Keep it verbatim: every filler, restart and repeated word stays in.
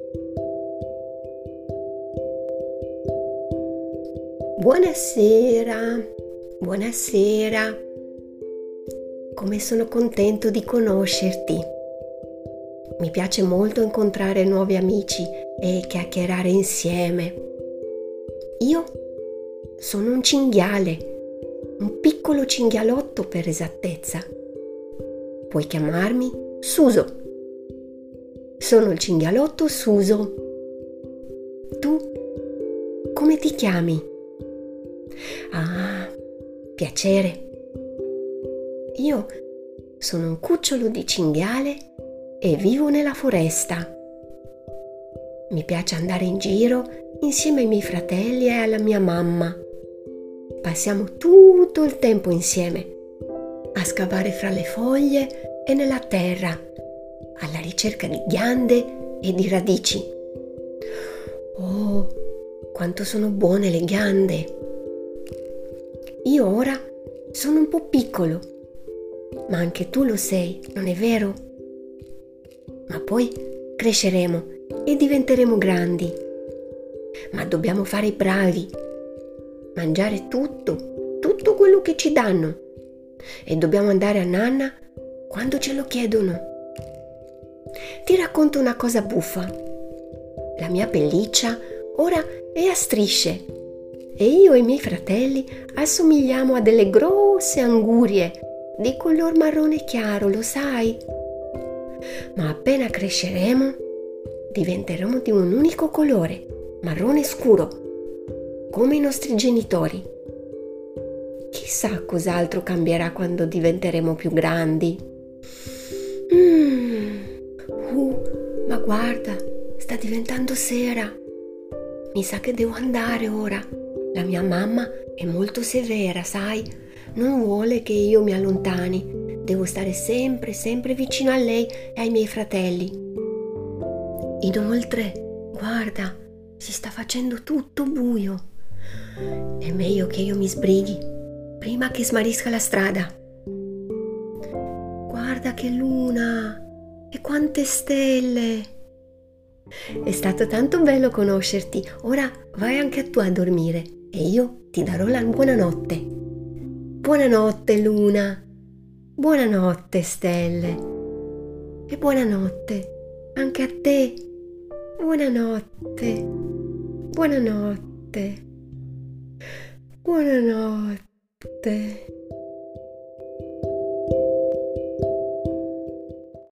Buonasera, buonasera. Come sono contento di conoscerti. Mi piace molto incontrare nuovi amici e chiacchierare insieme. Io sono un cinghiale, un piccolo cinghialotto per esattezza. Puoi chiamarmi Suso. Sono il cinghialotto Suso. Tu come ti chiami? Ah, piacere. Io sono un cucciolo di cinghiale e vivo nella foresta. Mi piace andare in giro insieme ai miei fratelli e alla mia mamma. Passiamo tutto il tempo insieme a scavare fra le foglie e nella terra, alla ricerca di ghiande e di radici. Oh, quanto sono buone le ghiande! Io ora sono un po' piccolo, ma anche tu lo sei, non è vero? Ma poi cresceremo e diventeremo grandi. Ma dobbiamo fare i bravi, mangiare tutto, tutto quello che ci danno. E dobbiamo andare a nanna quando ce lo chiedono. Ti racconto una cosa buffa. La mia pelliccia ora è a strisce e io e i miei fratelli assomigliamo a delle grosse angurie di color marrone chiaro, lo sai? Ma appena cresceremo diventeremo di un unico colore, marrone scuro, come i nostri genitori. Chissà cos'altro cambierà quando diventeremo più grandi. Mm. Uh, ma guarda, sta diventando sera. Mi sa che devo andare ora. La mia mamma è molto severa, sai? Non vuole che io mi allontani. Devo stare sempre, sempre vicino a lei e ai miei fratelli. Inoltre, guarda, si sta facendo tutto buio. È meglio che io mi sbrighi prima che smarisca la strada. Guarda che luna e quante stelle! È stato tanto bello conoscerti. Ora vai anche tu a dormire e io ti darò la buonanotte. Buonanotte luna, buonanotte stelle e buonanotte anche a te. Buonanotte, buonanotte, buonanotte.